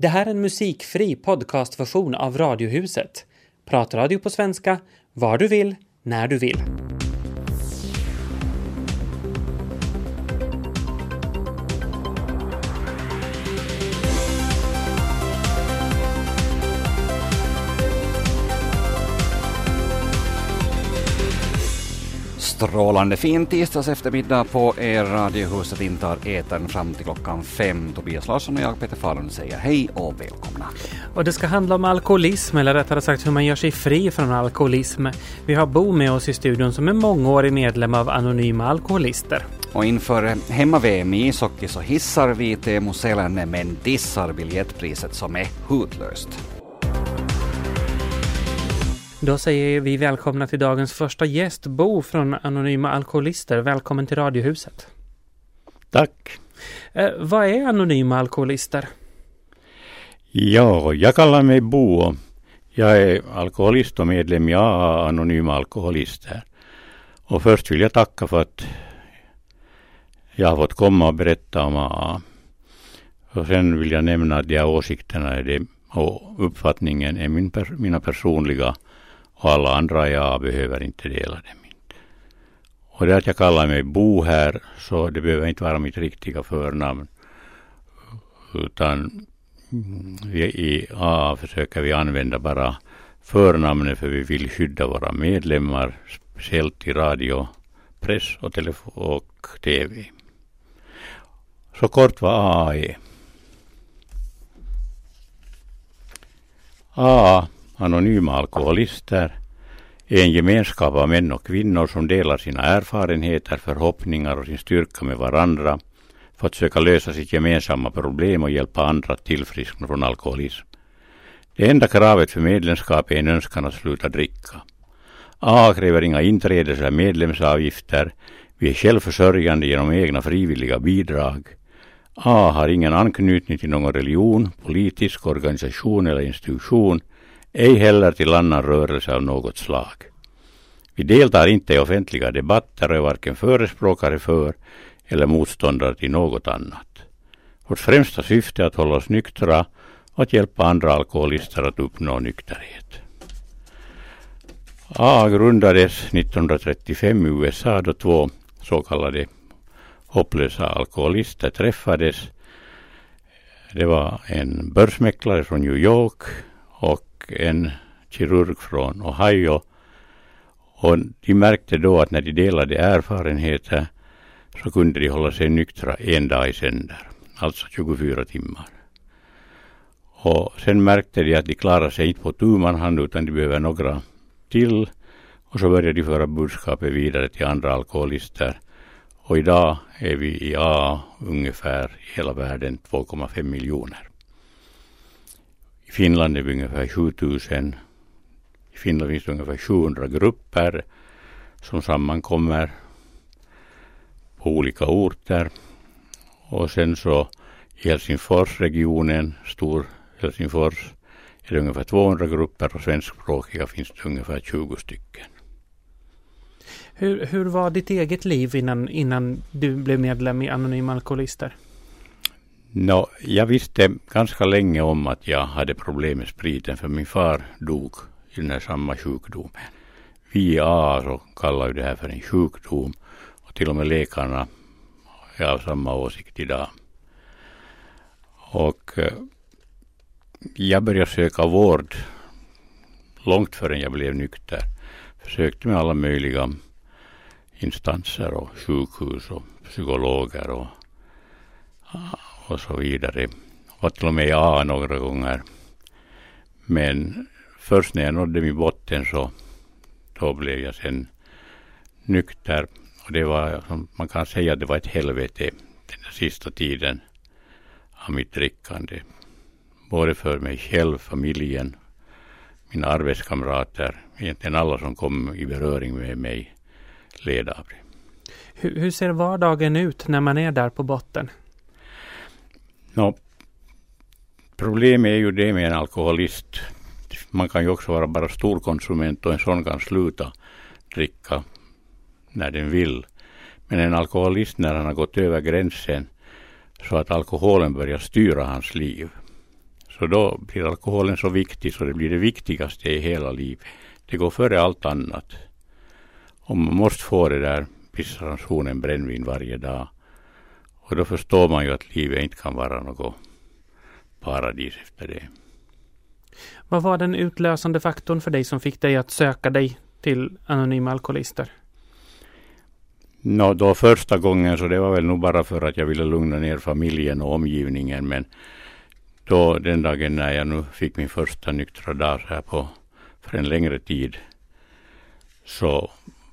Det här är en musikfri podcastversion av Radiohuset. Pratradio på svenska, var du vill, när du vill. Strålande fin tisdags eftermiddag på er Radiohuset intar etern fram till klockan 5. Tobias Larsson och jag, Peter Falun, säger hej och välkomna. Och det ska handla om alkoholism, eller rättare sagt hur man gör sig fri från alkoholism. Vi har Bo med oss i studion som är mångårig medlem av Anonyma Alkoholister. Och inför hemma-VM i ishockey så hissar vi Teemu Selänne men dissar biljettpriset som är hutlöst. Då säger vi välkomna till dagens första gäst, Bo från Anonyma Alkoholister. Välkommen till Radiohuset. Tack. Vad är Anonyma Alkoholister? Ja, jag kallar mig Bo. Jag är alkoholist och medlem i AA, Anonyma Alkoholister. Och först vill jag tacka för att jag har fått komma och berätta om AA. Och sen vill jag nämna att de här åsikterna är det, och uppfattningen är mina personliga. Och alla andra jag behöver inte dela dem. Och det att jag kallar mig Bo här, så det behöver inte vara mitt riktiga förnamn. Utan i AA försöker vi använda bara förnamnet, för vi vill skydda våra medlemmar, speciellt i radio, press och telefon och tv. Så kort vad AA är. AA, Anonyma Alkoholister, är en gemenskap av män och kvinnor som delar sina erfarenheter, förhoppningar och sin styrka med varandra för att söka lösa sitt gemensamma problem och hjälpa andra att tillfriskna från alkoholism. Det enda kravet för medlemskap är en önskan att sluta dricka. AA kräver inga inträdes- eller medlemsavgifter. Vi är självförsörjande genom egna frivilliga bidrag. AA har ingen anknytning till någon religion, politisk organisation eller institution, ej heller till annan rörelse av något slag. Vi deltar inte i offentliga debatter och är varken förespråkare för eller motståndare till något annat. Vårt främsta syfte är att hålla oss nyktra och att hjälpa andra alkoholister att uppnå nykterhet. AA grundades 1935 i USA då två så kallade hopplösa alkoholister träffades. Det var en börsmäklare från New York och en kirurg från Ohio. Och de märkte då att när de delade erfarenheter så kunde de hålla sig nyktra en dag i sänder. Alltså 24 timmar. Och sen märkte de att de klarade sig inte på tu man hand utan de behöver några till. Och så började de föra budskapet vidare till andra alkoholister. Och idag är vi i AA ungefär i hela världen 2,5 miljoner. I Finland är vi ungefär 7000. I Finland finns det ungefär 700 grupper som sammankommer på olika orter. Och sen så i Helsingforsregionen, stor Helsingfors, är det ungefär 200 grupper och svenskspråkiga finns det ungefär 20 stycken. Hur var ditt eget liv innan du blev medlem i Anonyma Alkoholister? Jag visste ganska länge om att jag hade problem med spriten, för min far dog i den här samma sjukdomen. Vi i AA så kallar ju det här för en sjukdom, och till och med läkarna är av samma åsikt idag. Och jag började söka vård långt förrän jag blev nykter. Försökte med alla möjliga instanser och sjukhus och psykologer och så vidare. Var till och med i AA några gånger. Men först när jag nådde min botten så då blev jag sen nykter. Och det var, som man kan säga, det var ett helvete den sista tiden av mitt drickande. Både för mig själv, familjen, mina arbetskamrater, egentligen alla som kom i beröring med mig led av det. Hur ser vardagen ut när man är där på botten? Problemet är ju det med en alkoholist. Man kan ju också vara bara storkonsument och en sån kan sluta dricka när den vill. Men en alkoholist, när han har gått över gränsen så att alkoholen börjar styra hans liv, Så då blir alkoholen så viktig så det blir det viktigaste i hela livet. Det går före allt annat. Om man måste få det där vissa ransonen brännvin varje dag. Och då förstår man ju att livet inte kan vara något paradis efter det. Vad var den utlösande faktorn för dig som fick dig att söka dig till Anonyma Alkoholister? Då första gången så det var väl nog bara för att jag ville lugna ner familjen och omgivningen. Men då den dagen när jag nu fick min första nyktra dag här för en längre tid så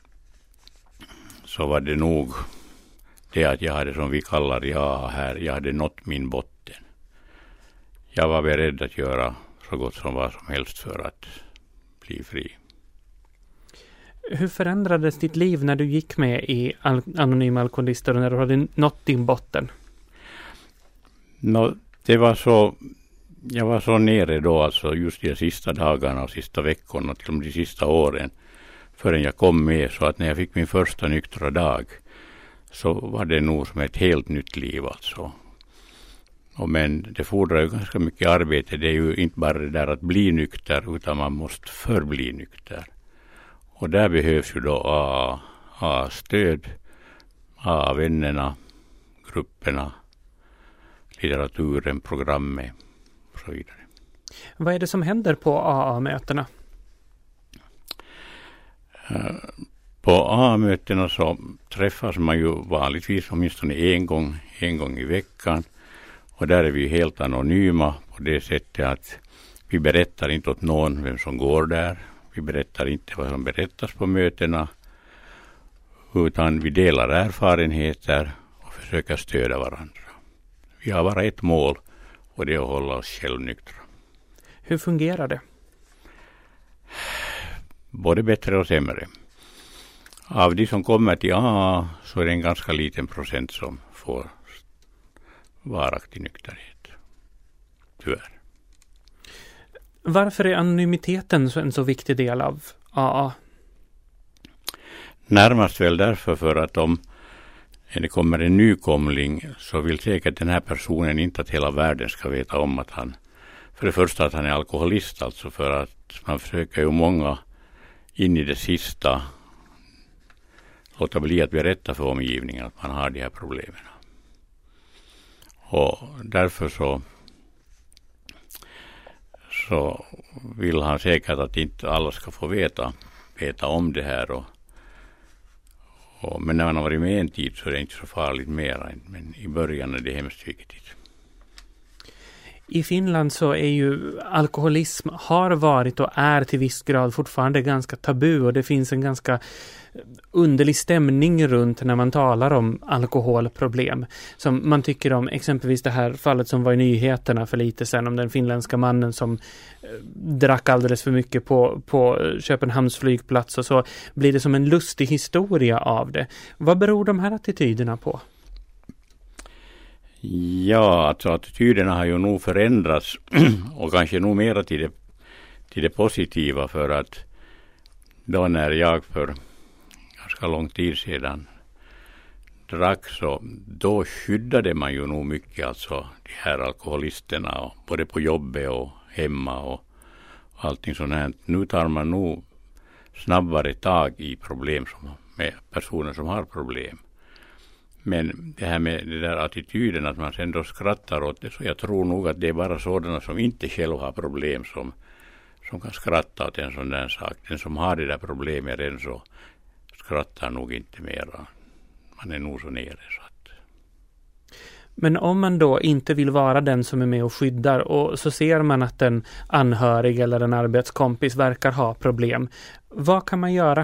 var det nog det att jag hade, som vi kallar jag hade nått min botten. Jag var beredd att göra så gott som vad som helst för att bli fri. Hur förändrades ditt liv när du gick med i Anonyma Alkoholister och när du hade nått din botten? Jag var så nere då, alltså just de sista dagarna och sista veckorna och till och med de sista åren förrän jag kom med, så att när jag fick min första nyktra dag så var det nog som ett helt nytt liv alltså. Men det fordrar ju ganska mycket arbete. Det är ju inte bara det där att bli nykter utan man måste förbli nykter. Och där behövs ju då stöd, vännerna, grupperna, litteraturen, programmet och så vidare. Vad är det som händer på AA-mötena? På AA-mötena så träffas man ju vanligtvis åtminstone en gång i veckan. Och där är vi helt anonyma på det sättet att vi berättar inte åt någon vem som går där. Vi berättar inte vad som berättas på mötena. Utan vi delar erfarenheter och försöker stödja varandra. Vi har bara ett mål och det är att hålla oss självnyktra. Hur fungerar det? Både bättre och sämre. Av de som kommer till AA så är det en ganska liten procent som får varaktig nykterhet. Tyvärr. Varför är anonymiteten en så viktig del av AA? Närmast väl därför för att om det kommer en nykomling så vill säkert den här personen inte att hela världen ska veta om att han, för det första att han är alkoholist, alltså för att man försöker ju många in i det sista låta bli att berätta för omgivningen att man har de här problemen. Och därför så vill han säkert att inte alla ska få veta om det här. Men när man har varit med en tid så är det inte så farligt mer. Men i början är det hemskt viktigt. I Finland så är ju alkoholism har varit och är till viss grad fortfarande ganska tabu, och det finns en ganska underlig stämning runt när man talar om alkoholproblem. Som man tycker om exempelvis det här fallet som var i nyheterna för lite sedan om den finländska mannen som drack alldeles för mycket på Köpenhamns flygplats, och så blir det som en lustig historia av det. Vad beror de här attityderna på? Ja, alltså attityderna har ju nog förändrats och kanske nog mera till det positiva, för att då när jag för ganska lång tid sedan drack så då skyddade man ju nog mycket alltså de här alkoholisterna, och både på jobbet och hemma och allting sånt här. Nu tar man nog snabbare tag i problem med personer som har problem. Men det här med den där attityden att man sen då skrattar åt det, så jag tror nog att det är bara sådana som inte själv har problem som kan skratta åt en sån där sak. Den som har det där problemet redan så skrattar nog inte mera. Man är nog så nere så att. Men om man då inte vill vara den som är med och skyddar, och så ser man att en anhörig eller en arbetskompis verkar ha problem, vad kan man göra?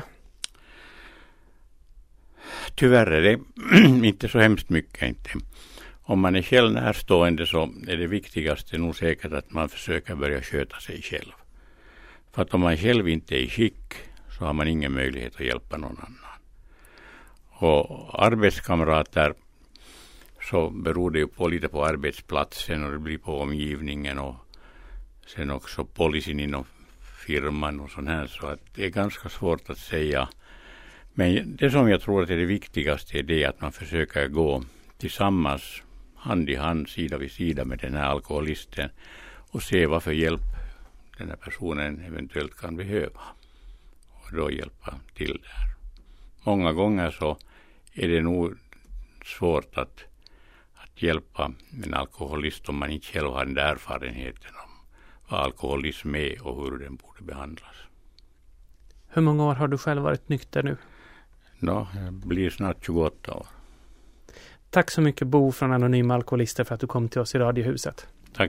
Tyvärr är det inte så hemskt mycket inte. Om man är själv närstående så är det viktigaste nog säkert att man försöker börja sköta sig själv. För att om man själv inte är i skick så har man ingen möjlighet att hjälpa någon annan. Och arbetskamrater så beror det ju lite på arbetsplatsen och det blir på omgivningen och sen också policyn inom firman och sånt här, så att det är ganska svårt att säga. Men det som jag tror att är det viktigaste är det att man försöker gå tillsammans hand i hand, sida vid sida med den här alkoholisten och se vad för hjälp den här personen eventuellt kan behöva. Och då hjälpa till där. Många gånger så är det nog svårt att hjälpa en alkoholist om man inte själv har den där erfarenheten om vad alkoholism är och hur den borde behandlas. Hur många år har du själv varit nykter nu? Jag blir snart 28 år. Tack så mycket Bo från Anonyma Alkoholister för att du kom till oss i Radiohuset. Tack.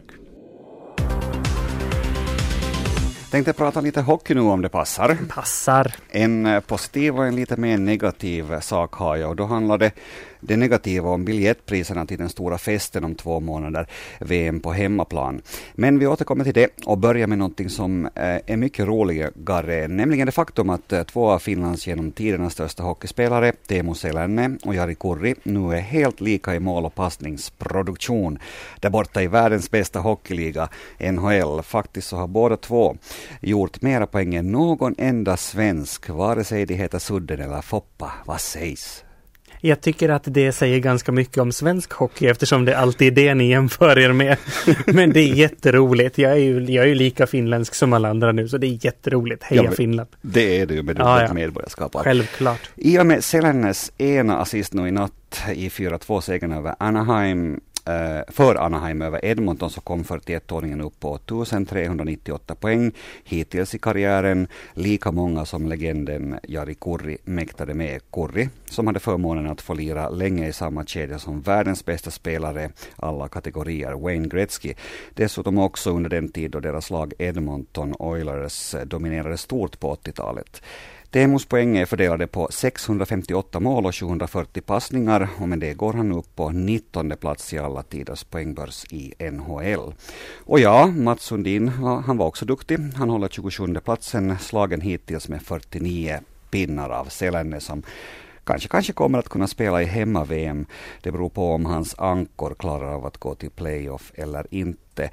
Tänkte prata lite hockey nu om det passar. Passar. En positiv och en lite mer negativ sak har jag, och då handlar det negativa om biljettpriserna till den stora festen om 2 månader, VM på hemmaplan. Men vi återkommer till det och börjar med någonting som är mycket roligare, nämligen det faktum att 2 av Finlands genom tidernas största hockeyspelare, Teemu Selänne och Jari Kurri, nu är helt lika i mål- och passningsproduktion där borta i världens bästa hockeyliga, NHL. Faktiskt så har båda 2 gjort mera poäng än någon enda svensk, vare sig det heter Sudden eller Foppa. Vad sägs? Jag tycker att det säger ganska mycket om svensk hockey eftersom det alltid är det ni jämför er med. Men det är jätteroligt. Jag är ju lika finländsk som alla andra nu, så det är jätteroligt. Heja Finland. Det är du med dubbelt medborgarskap. Självklart. I och med Selännes ena assist nu i natt i 4-2-segern över Anaheim, för Anaheim över Edmonton, så kom 41-åringen upp på 1398 poäng hittills i karriären, lika många som legenden Jari Kurri mäktade med. Kurri, som hade förmånen att få lira länge i samma kedja som världens bästa spelare alla kategorier, Wayne Gretzky. Dessutom också under den tid då deras lag Edmonton Oilers dominerade stort på 80-talet. Teemus poäng är fördelade på 658 mål och 740 passningar, och med det går han upp på 19:e plats i alla tiders poängbörs i NHL. Och ja, Mats Sundin, han var också duktig. Han håller 27:e platsen, slagen hittills med 49 pinnar av Selänne, som kanske kommer att kunna spela i hemma-VM. Det beror på om hans ankor klarar av att gå till playoff eller inte.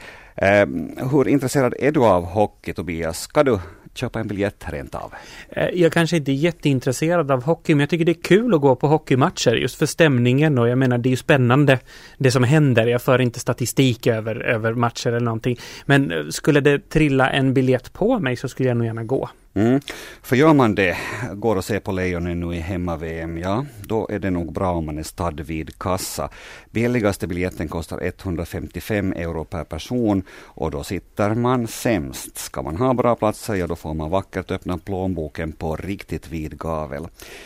Hur intresserad är du av hockey, Tobias? Ska du köpa en biljett rent av? Jag kanske inte är jätteintresserad av hockey, men jag tycker det är kul att gå på hockeymatcher just för stämningen, och jag menar det är ju spännande det som händer. Jag för inte statistik över matcher eller någonting, men skulle det trilla en biljett på mig så skulle jag nog gärna gå. För gör man det, går och ser på Lejonen nu i hemma-VM, ja, då är det nog bra om man är stadd vid kassa. Billigaste biljetten kostar 155 euro per person, och då sitter man sämst. Ska man ha bra platser, ja då får man vackert öppna plånboken på riktigt vid gavel.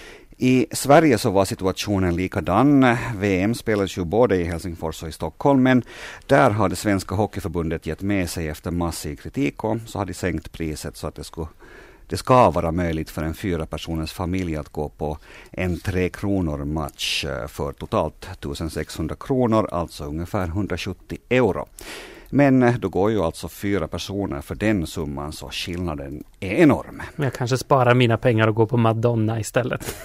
I Sverige så var situationen likadan. VM spelades ju både i Helsingfors och i Stockholm, men där har det svenska hockeyförbundet gett med sig efter massiv kritik, och så har de sänkt priset så att det ska vara möjligt för en 4-personers familj att gå på en 3 kronor match för totalt 1600 kronor, alltså ungefär 170 euro. Men då går ju alltså 4 personer för den summan, så skillnaden är enorm. Jag kanske sparar mina pengar och går på Madonna istället.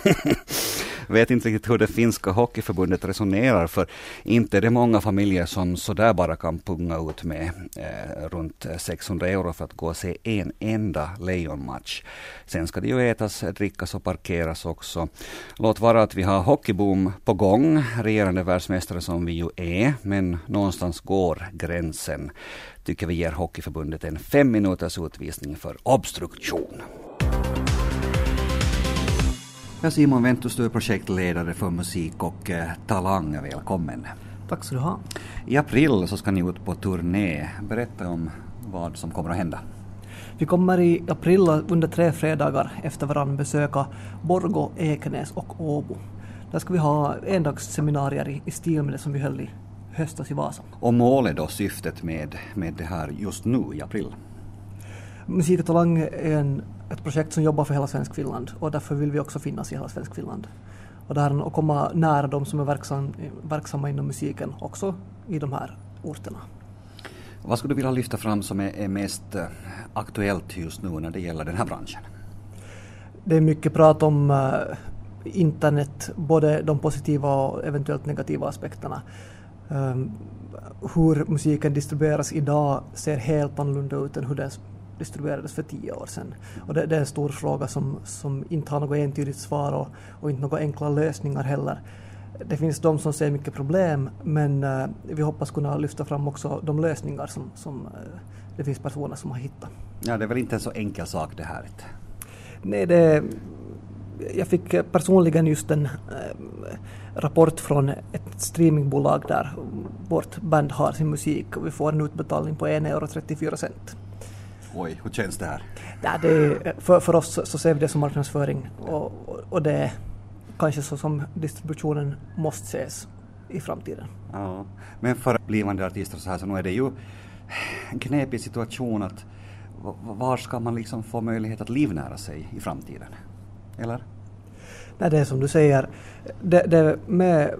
Vet inte riktigt hur det finska hockeyförbundet resonerar, för inte är det många familjer som sådär bara kan punga ut med runt 600 euro för att gå och se en enda lejonmatch. Sen ska det ju ätas, drickas och parkeras också. Låt vara att vi har hockeyboom på gång, regerande världsmästare som vi ju är, men någonstans går gränsen. Tycker vi ger hockeyförbundet en 5 minuters utvisning för obstruktion. Ja, Simon Ventus, du är projektledare för musik och talang. Välkommen. Tack ska du ha. I april så ska ni ut på turné. Berätta om vad som kommer att hända. Vi kommer i april under 3 fredagar efter varandra besöka Borgå, Ekenäs och Åbo. Där ska vi ha endagsseminarier i stil med det som vi höll i höstas i Vasa. Och mål är då syftet med det här just nu i april? Musik och talang är ett projekt som jobbar för hela Svenskfinland, och därför vill vi också finnas i hela Svenskfinland. Och det här att komma nära de som är verksamma inom musiken också i de här orterna. Vad skulle du vilja lyfta fram som är mest aktuellt just nu när det gäller den här branschen? Det är mycket prat om internet, både de positiva och eventuellt negativa aspekterna. Hur musiken distribueras idag ser helt annorlunda ut än hur det distribuerades för 10 år sedan. Och det är en stor fråga som inte har något entydigt svar och inte några enkla lösningar heller. Det finns de som ser mycket problem, men vi hoppas kunna lyfta fram också de lösningar som det finns personer som har hittat. Ja, det är väl inte en så enkel sak det här. Nej, jag fick personligen just en rapport från ett streamingbolag där vårt band har sin musik och vi får en utbetalning på 1,34 €. Oj, hur känns det här? Ja, för oss så ser vi det som marknadsföring och det är kanske så som distributionen måste ses i framtiden. Ja, men för blivande artister så här så nu är det ju en knepig situation att var ska man liksom få möjlighet att livnära sig i framtiden? Eller? Nej, det är som du säger, det med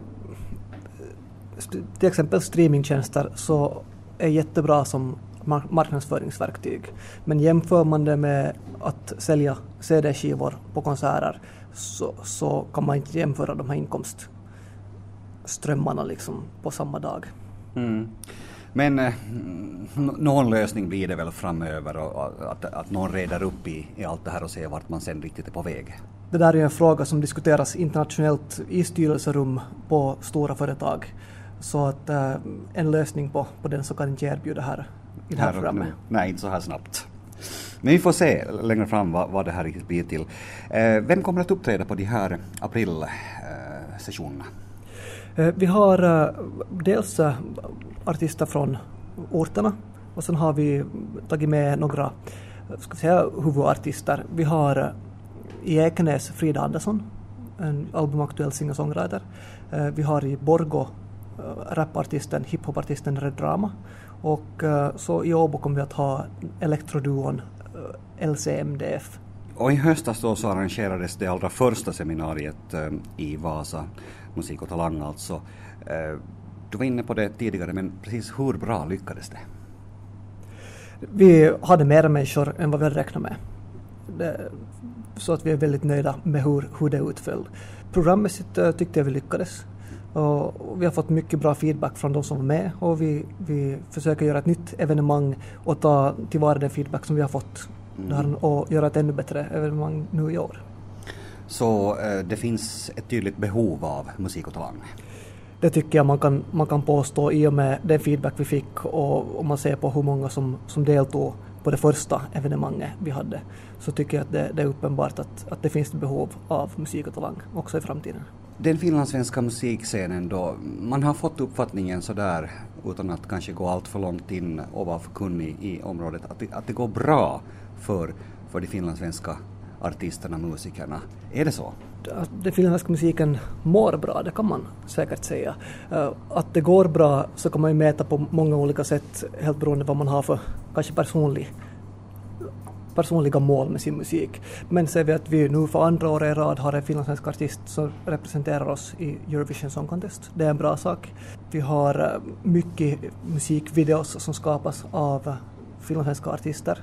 till exempel streamingtjänster så är jättebra som marknadsföringsverktyg. Men jämför man det med att sälja CD-skivor på konserter så kan man inte jämföra de här inkomstströmmarna liksom på samma dag. Mm. Men någon lösning blir det väl framöver och att någon reder upp i allt det här och ser vart man sen riktigt är på väg. Det där är en fråga som diskuteras internationellt i styrelserum på stora företag. Så att en lösning på den så kan inte erbjuda här i det här programmet. Nej, inte så här snabbt. Men vi får se längre fram vad det här riktigt blir till. Vem kommer att uppträda på de här aprilsessionerna? Vi har dels artister från orterna och sen har vi tagit med några huvudartister. Vi har i Ekenäs Frida Andersson, en albumaktuell singer-songwriter. Vi har i Borgå rapartisten, hiphopartisten Red Drama. Och så i Åbo kommer vi att ha elektroduon LCMDF. Och i höstas då så arrangerades det allra första seminariet i Vasa, Musik och Talang alltså. Du var inne på det tidigare, men precis hur bra lyckades det? Vi hade mer människor än vad vi hade räknat med. Så att vi är väldigt nöjda med hur det utföll. Programmässigt tyckte jag vi lyckades. Och vi har fått mycket bra feedback från de som var med och vi försöker göra ett nytt evenemang och ta tillvara den feedback som vi har fått där och göra ett ännu bättre evenemang nu i år. Så det finns ett tydligt behov av Musik och Talang? Det tycker jag man kan påstå i och med den feedback vi fick och om man ser på hur många som deltog på det första evenemanget vi hade, så tycker jag att det är uppenbart att det finns ett behov av Musik och Talang också i framtiden. Den finlandssvenska musikscenen då, man har fått uppfattningen så där utan att kanske gå allt för långt in och vara för kunnig i området att det går bra för de finlandssvenska artisterna, musikerna. Är det så? Den finländska musiken mår bra, det kan man säkert säga. Att det går bra så kan man ju mäta på många olika sätt, helt beroende vad man har för kanske personliga mål med sin musik. Men ser vi att vi nu för andra år i rad har en finlandssvensk artist som representerar oss i Eurovision Song Contest. Det är en bra sak. Vi har mycket musikvideos som skapas av finlandssvenska artister.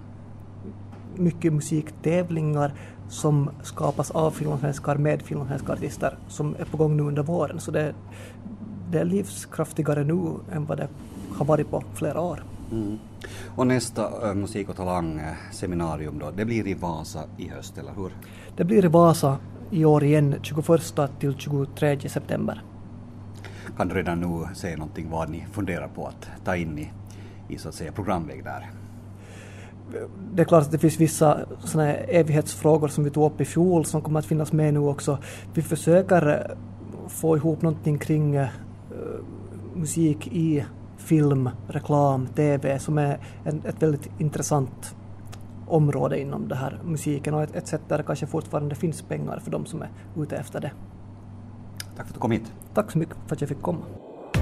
Mycket musiktävlingar som skapas av finlandssvenskar med finlandssvenska artister som är på gång nu under våren. Så det är livskraftigare nu än vad det har varit på flera år. Mm. Och nästa Musik och Talang seminarium då, det blir i Vasa i höst, eller hur? Det blir i Vasa i år igen, 21 till 23 september. Kan du redan nu säga någonting vad ni funderar på att ta in i så att säga programväg där? Det är klart att det finns vissa såna här evighetsfrågor som vi tog upp i fjol som kommer att finnas med nu också. Vi försöker få ihop någonting kring musik i film, reklam, tv som är ett väldigt intressant område inom det här musiken och ett sätt där det kanske fortfarande finns pengar för de som är ute efter det. Tack för att du kom hit. Tack så mycket för att jag fick komma.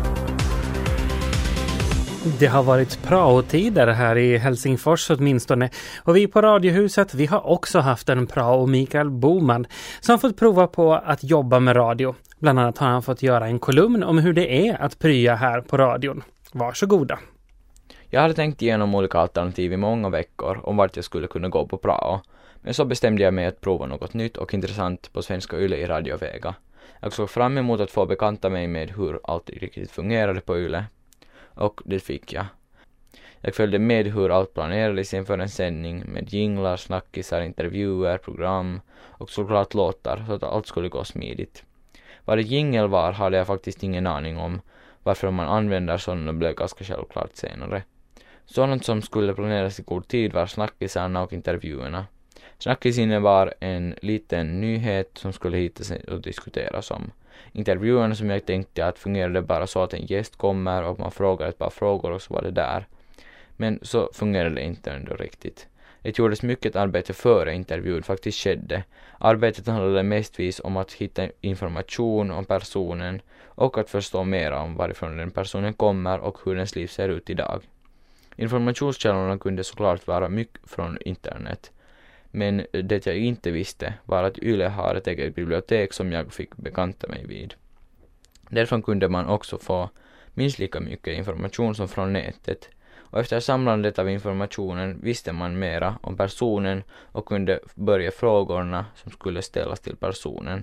Det har varit prao-tider här i Helsingfors åtminstone, och vi på Radiohuset, vi har också haft en prao, Mikael Boman, som fått prova på att jobba med radio. Bland annat har han fått göra en kolumn om hur det är att prya här på radion. Varsågoda. Jag hade tänkt igenom olika alternativ i många veckor om vart jag skulle kunna gå på prao, men så bestämde jag mig att prova något nytt och intressant på Svenska Yle i Radio Vega. Jag såg fram emot att få bekanta mig med hur allt riktigt fungerade på Yle. Och det fick jag. Jag följde med hur allt planerades inför en sändning med jinglar, snackisar, intervjuer, program och såklart låtar så att allt skulle gå smidigt. Vad ett jingle var hade jag faktiskt ingen aning om, varför man använder sådana blev ganska självklart senare. Sådant som skulle planeras i god tid var snackisarna och intervjuerna. Snackis innebar en liten nyhet som skulle hittas och diskuteras om. Intervjuerna som jag tänkte att fungerade bara så att en gäst kommer och man frågar ett par frågor och så var det där. Men så fungerade det inte ändå riktigt. Det gjordes mycket arbete före intervjun faktiskt skedde. Arbetet handlade mestvis om att hitta information om personen och att förstå mer om varifrån den personen kommer och hur dens liv ser ut idag. Informationskällorna kunde såklart vara mycket från internet. Men det jag inte visste var att Yle har ett eget bibliotek som jag fick bekanta mig vid. Därifrån kunde man också få minst lika mycket information som från nätet. Och efter samlandet av informationen visste man mera om personen och kunde börja frågorna som skulle ställas till personen.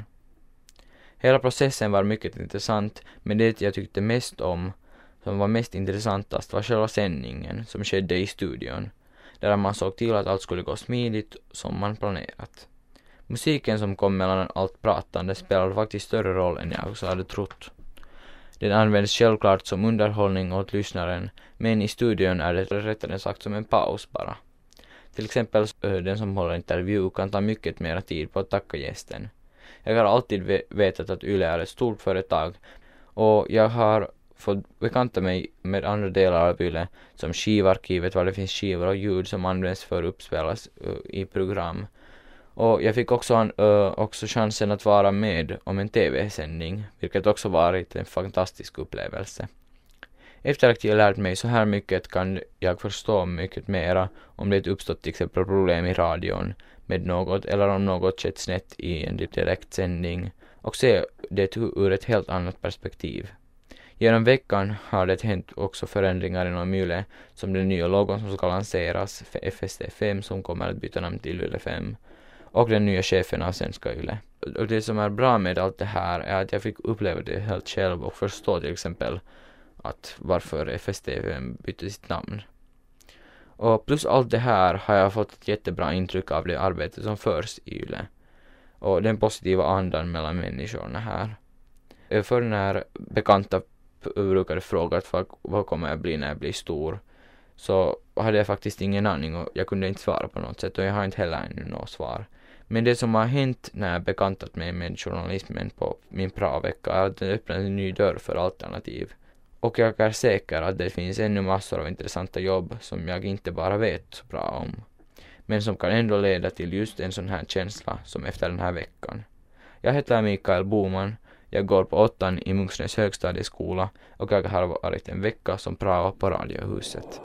Hela processen var mycket intressant, men det jag tyckte mest om, som var mest intressantast, var själva sändningen som skedde i studion, där man såg till att allt skulle gå smidigt som man planerat. Musiken som kom mellan allt pratande spelade faktiskt större roll än jag också hade trott. Den används självklart som underhållning åt lyssnaren, men i studion är det rättare sagt som en paus bara. Till exempel den som håller intervju kan ta mycket mer tid på att tacka gästen. Jag har alltid vetat att Yle är ett stort företag och jag har fått bekanta mig med andra delar av Yle som skivarkivet, var det finns skivor och ljud som används för att uppspelas i program. Och jag fick också chansen att vara med om en tv-sändning, vilket också varit en fantastisk upplevelse. Efter att jag lärt mig så här mycket kan jag förstå mycket mera om det uppstått till exempel problem i radion med något eller om något skett snett i en direktsändning och se det ur ett helt annat perspektiv. Genom veckan har det hänt också förändringar inom Yle, som den nya logon som ska lanseras, FST5 som kommer att byta namn till Yle 5 och den nya chefen av Svenska Yle. Och det som är bra med allt det här är att jag fick uppleva det helt själv och förstå till exempel att varför FST5 bytte sitt namn. Och plus allt det här har jag fått ett jättebra intryck av det arbete som förs i Yle och den positiva andan mellan människorna här. För när bekanta brukade fråga vad kommer jag bli när jag blir stor, så hade jag faktiskt ingen aning och jag kunde inte svara på något sätt och jag har inte heller ännu något svar. Men det som har hänt när jag bekantat mig med journalismen på min pravecka är att det öppnar en ny dörr för alternativ. Och jag är säker att det finns ännu massor av intressanta jobb som jag inte bara vet så bra om, men som kan ändå leda till just en sån här känsla som efter den här veckan. Jag heter Mikael Boman, jag går på 8:an i Munksnäs högstadieskola och jag har varit en vecka som prao på Radiohuset.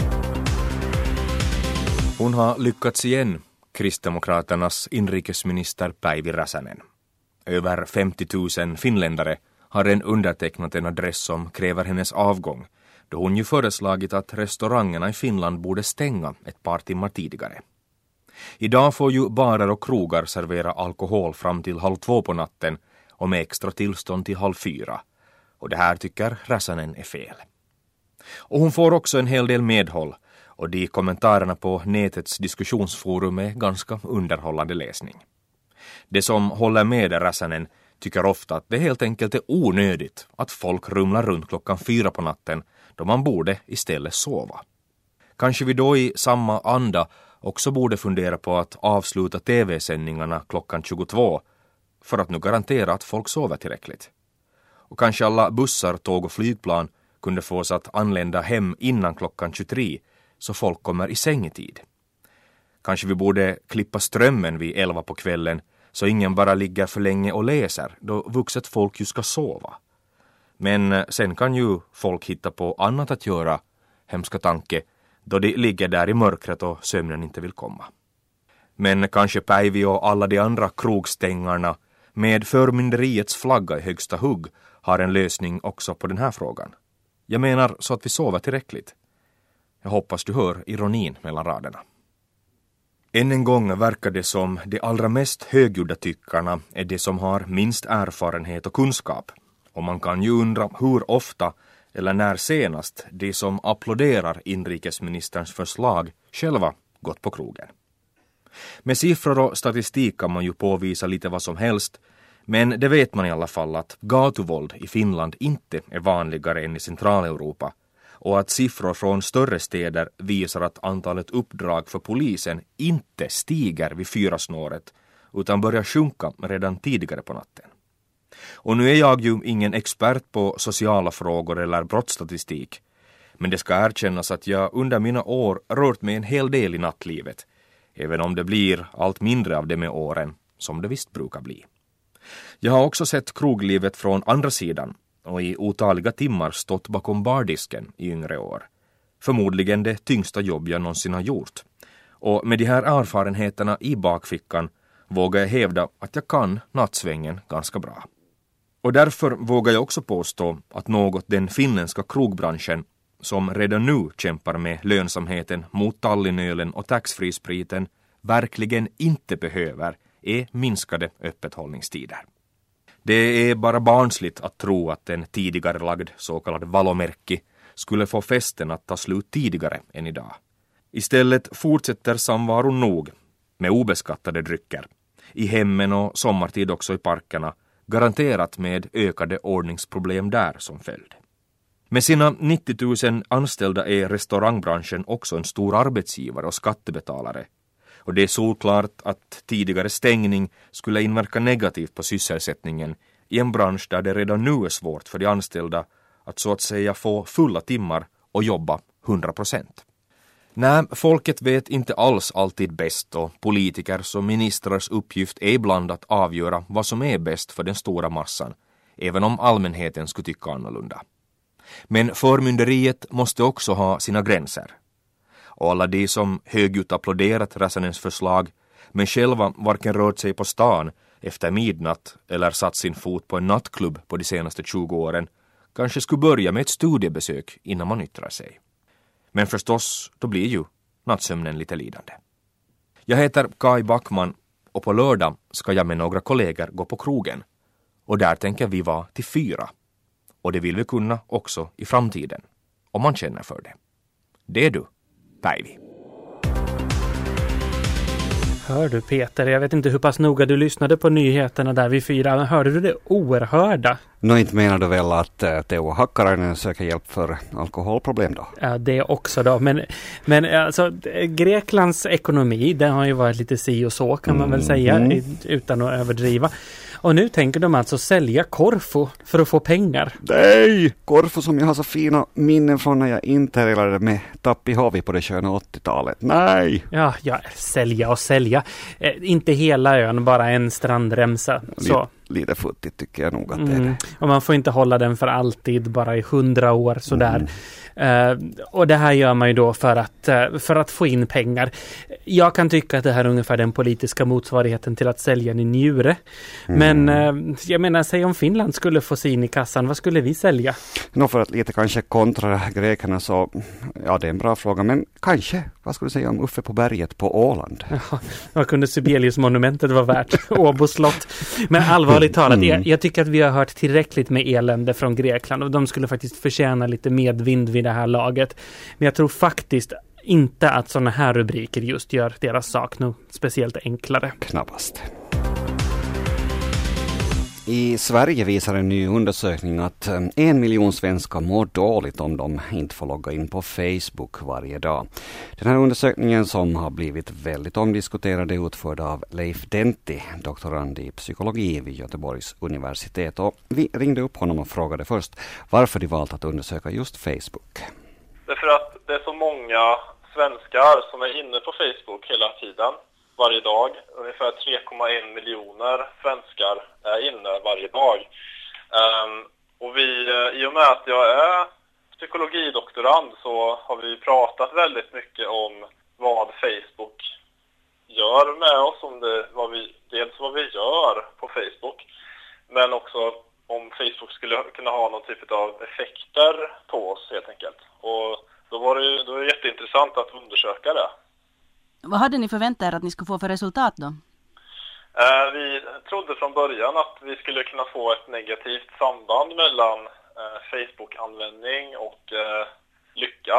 Hon har lyckats igen, Kristdemokraternas inrikesminister Päivi Räsänen. Över 50 000 finländare har redan undertecknat en adress som kräver hennes avgång, då hon ju föreslagit att restaurangerna i Finland borde stänga ett par timmar tidigare. Idag får ju barer och krogar servera alkohol fram till 1:30 på natten och med extra tillstånd till 3:30. Och det här tycker Räsänen är fel. Och hon får också en hel del medhåll, och de kommentarerna på nätets diskussionsforum är ganska underhållande läsning. Det som håller med Räsänen tycker ofta att det helt enkelt är onödigt att folk rumlar runt 4:00 på natten då man borde istället sova. Kanske vi då i samma anda också borde fundera på att avsluta tv-sändningarna 22:00 för att nu garantera att folk sover tillräckligt. Och kanske alla bussar, tåg och flygplan kunde fås att anlända hem innan 23:00 så folk kommer i säng i tid. Kanske vi borde klippa strömmen vid 11 på kvällen så ingen bara ligger för länge och läser då vuxet folk ju ska sova. Men sen kan ju folk hitta på annat att göra, hemska tanke, då de ligger där i mörkret och sömnen inte vill komma. Men kanske Päivi och alla de andra krogstängarna med förmynderiets flagga i högsta hugg har en lösning också på den här frågan. Jag menar så att vi sover tillräckligt. Jag hoppas du hör ironin mellan raderna. Än en gång verkar det som de allra mest högljudda tyckarna är de som har minst erfarenhet och kunskap. Och man kan ju undra hur ofta eller när senast de som applåderar inrikesministerns förslag själva gått på krogen. Med siffror och statistik kan man ju påvisa lite vad som helst, Men det vet man i alla fall att gatuvåld i Finland inte är vanligare än i Centraleuropa och att siffror från större städer visar att antalet uppdrag för polisen inte stiger vid 4-snåret utan börjar sjunka redan tidigare på natten. Och nu är jag ju ingen expert på sociala frågor eller brottsstatistik, men det ska erkännas att jag under mina år rört mig en hel del i nattlivet, även om det blir allt mindre av det med åren, som det visst brukar bli. Jag har också sett kroglivet från andra sidan och i otaliga timmar stått bakom bardisken i yngre år. Förmodligen det tyngsta jobb jag någonsin har gjort. Och med de här erfarenheterna i bakfickan vågar jag hävda att jag kan nattsvängen ganska bra. Och därför vågar jag också påstå att något den finländska krogbranschen, som redan nu kämpar med lönsamheten mot Tallinnölen och taxfree-spriten, verkligen inte behöver är minskade öppethållningstider. Det är bara barnsligt att tro att en tidigare lagd så kallad valomärki skulle få festen att ta slut tidigare än idag. Istället fortsätter samvaron nog med obeskattade drycker, i hemmen och sommartid också i parkerna, garanterat med ökade ordningsproblem där som följd. Med sina 90 000 anställda är restaurangbranschen också en stor arbetsgivare och skattebetalare. Och det är solklart att tidigare stängning skulle inverka negativt på sysselsättningen i en bransch där det redan nu är svårt för de anställda att så att säga få fulla timmar och jobba 100%. Nej, folket vet inte alls alltid bäst och politikers och ministrars uppgift är ibland att avgöra vad som är bäst för den stora massan, även om allmänheten skulle tycka annorlunda. Men förmynderiet måste också ha sina gränser. Och alla de som högljutt applåderat Räsänens förslag men själva varken rört sig på stan efter midnatt eller satt sin fot på en nattklubb på de senaste 20 åren kanske skulle börja med ett studiebesök innan man yttrar sig. Men förstås, då blir ju nattsömnen lite lidande. Jag heter Kai Backman och på lördag ska jag med några kollegor gå på krogen. Och där tänker vi vara till 4. Och det vill vi kunna också i framtiden, om man känner för det. Det är du, Päivi. Hör du Peter, jag vet inte hur pass noga du lyssnade på nyheterna där vid 4. Hörde du det oerhörda? Inte menar du väl att Teuvo Hakkarainen söker hjälp för alkoholproblem då? Ja, det också då. Men alltså, Greklands ekonomi, den har ju varit lite si och så kan man väl säga, utan att överdriva. Och nu tänker de alltså sälja Corfu för att få pengar. Nej! Corfu som jag har så fina minnen från när jag interrelade med Tappi Hovi på det sköna 80-talet. Nej! Ja, sälja och sälja. Inte hela ön, bara en strandremsa. Så. Lite futtigt tycker jag nog att det är det. Och man får inte hålla den för alltid, bara i 100 år sådär. Och det här gör man ju då för att få in pengar. Jag kan tycka att det här är ungefär den politiska motsvarigheten till att sälja en njure. Men jag menar, säg om Finland skulle få sig in i kassan, vad skulle vi sälja? För att lite kanske kontra grekerna så, ja det är en bra fråga, men kanske, vad skulle du säga om Uffe på berget på Åland? Ja, vad kunde Sibelius-monumentet vara värt? Åbo slott. Men allvarligt talat, jag tycker att vi har hört tillräckligt med elände från Grekland och de skulle faktiskt förtjäna lite medvind vid det här laget. Men jag tror faktiskt inte att sådana här rubriker just gör deras sak nog speciellt enklare. Knappast. I Sverige visar en ny undersökning att 1 miljon svenskar mår dåligt om de inte får logga in på Facebook varje dag. Den här undersökningen som har blivit väldigt omdiskuterad är utförd av Leif Denti, doktorand i psykologi vid Göteborgs universitet. Och vi ringde upp honom och frågade först varför de valt att undersöka just Facebook. Därför att det är så många svenskar som är inne på Facebook hela tiden. Varje dag. Ungefär 3,1 miljoner svenskar är inne varje dag. Och i och med att jag är psykologidoktorand så har vi pratat väldigt mycket om vad Facebook gör med oss. Dels vad vi gör på Facebook, men också om Facebook skulle kunna ha någon typ av effekter på oss helt enkelt. Och då är det jätteintressant att undersöka det. Vad hade ni förväntat er att ni skulle få för resultat då? Vi trodde från början att vi skulle kunna få ett negativt samband mellan Facebook-användning och lycka.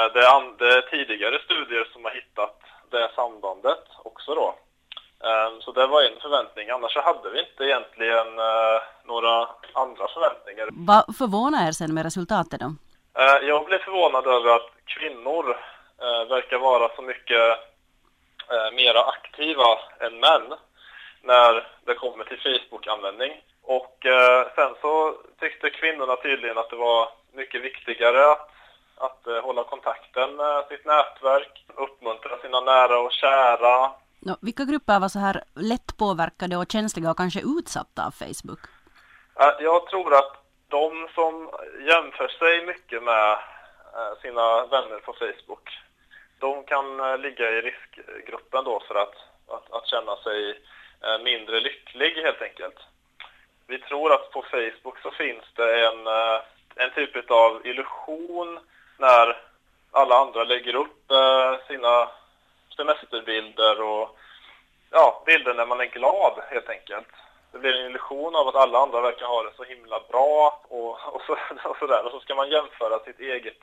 Det är tidigare studier som har hittat det sambandet också då. Så det var en förväntning. Annars så hade vi inte egentligen några andra förväntningar. Vad förvånar er sen med resultatet då? Jag blev förvånad över att kvinnor verkar vara så mycket mera aktiva än män när det kommer till Facebook-användning. Och sen så tyckte kvinnorna tydligen att det var mycket viktigare att hålla kontakten med sitt nätverk, uppmuntra sina nära och kära. Vilka grupper var så här lätt påverkade och känsliga och kanske utsatta av Facebook? Jag tror att de som jämför sig mycket med sina vänner på Facebook, de kan ligga i riskgruppen då för att känna sig mindre lycklig helt enkelt. Vi tror att på Facebook så finns det en typ av illusion när alla andra lägger upp sina semesterbilder och bilder när man är glad helt enkelt. Det blir en illusion av att alla andra verkar ha det så himla bra och sådär. Och så ska man jämföra sitt eget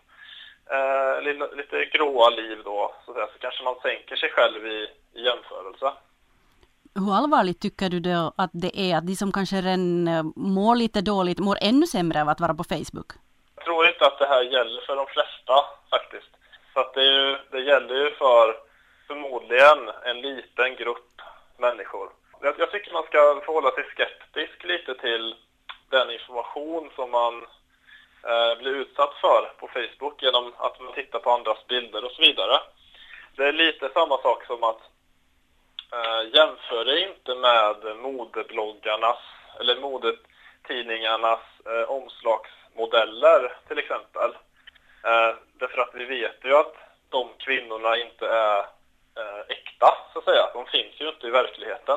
lite gråa liv då. Så kanske man sänker sig själv i jämförelse. Hur allvarligt tycker du då att det är att de som kanske redan mår lite dåligt mår ännu sämre av att vara på Facebook? Jag tror inte att det här gäller för de flesta faktiskt. Så att det gäller ju för förmodligen en liten grupp människor. Jag tycker man ska förhålla sig skeptisk lite till den information som man blir utsatt för på Facebook genom att man tittar på andras bilder och så vidare. Det är lite samma sak som att jämför det inte med modebloggarnas eller modetidningarnas omslagsmodeller till exempel. Därför att vi vet ju att de kvinnorna inte är äkta så att säga. De finns ju inte i verkligheten.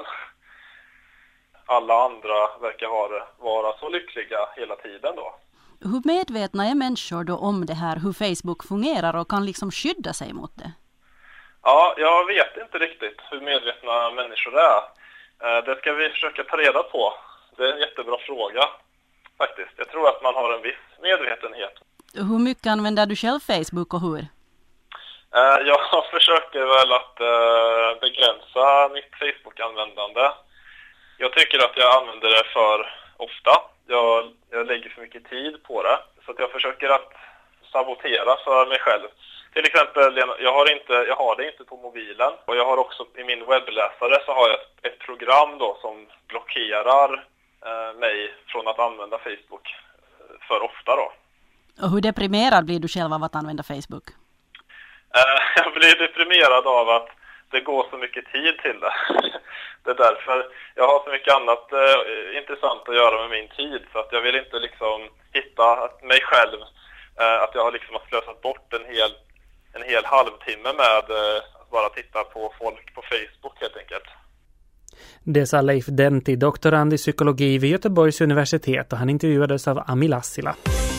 Alla andra verkar vara så lyckliga hela tiden då. Hur medvetna är människor då om det här, hur Facebook fungerar och kan liksom skydda sig mot det? Ja, jag vet inte riktigt hur medvetna människor är. Det ska vi försöka ta reda på. Det är en jättebra fråga faktiskt. Jag tror att man har en viss medvetenhet. Hur mycket använder du själv Facebook och hur? Jag försöker väl att begränsa mitt Facebook-användande. Jag tycker att jag använder det för ofta. Jag lägger för mycket tid på det. Så att jag försöker att sabotera för mig själv. Till exempel, jag har det inte på mobilen. Och jag har också i min webbläsare så har jag ett program då som blockerar mig från att använda Facebook för ofta då. Och hur deprimerad blir du själv av att använda Facebook? Jag blir deprimerad av att det går så mycket tid till det. Det är därför jag har så mycket annat intressant att göra med min tid. Så att jag vill inte liksom hitta mig själv. Att jag har liksom slösat bort en hel halvtimme med att bara titta på folk på Facebook helt enkelt. Det sa Leif Denti, doktorand i psykologi vid Göteborgs universitet, och han intervjuades av Ami Lassila.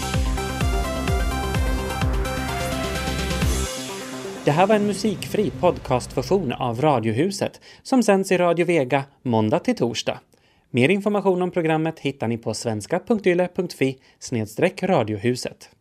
Det här var en musikfri podcastversion av Radiohuset som sänds i Radio Vega måndag till torsdag. Mer information om programmet hittar ni på svenska.yle.fi/radiohuset.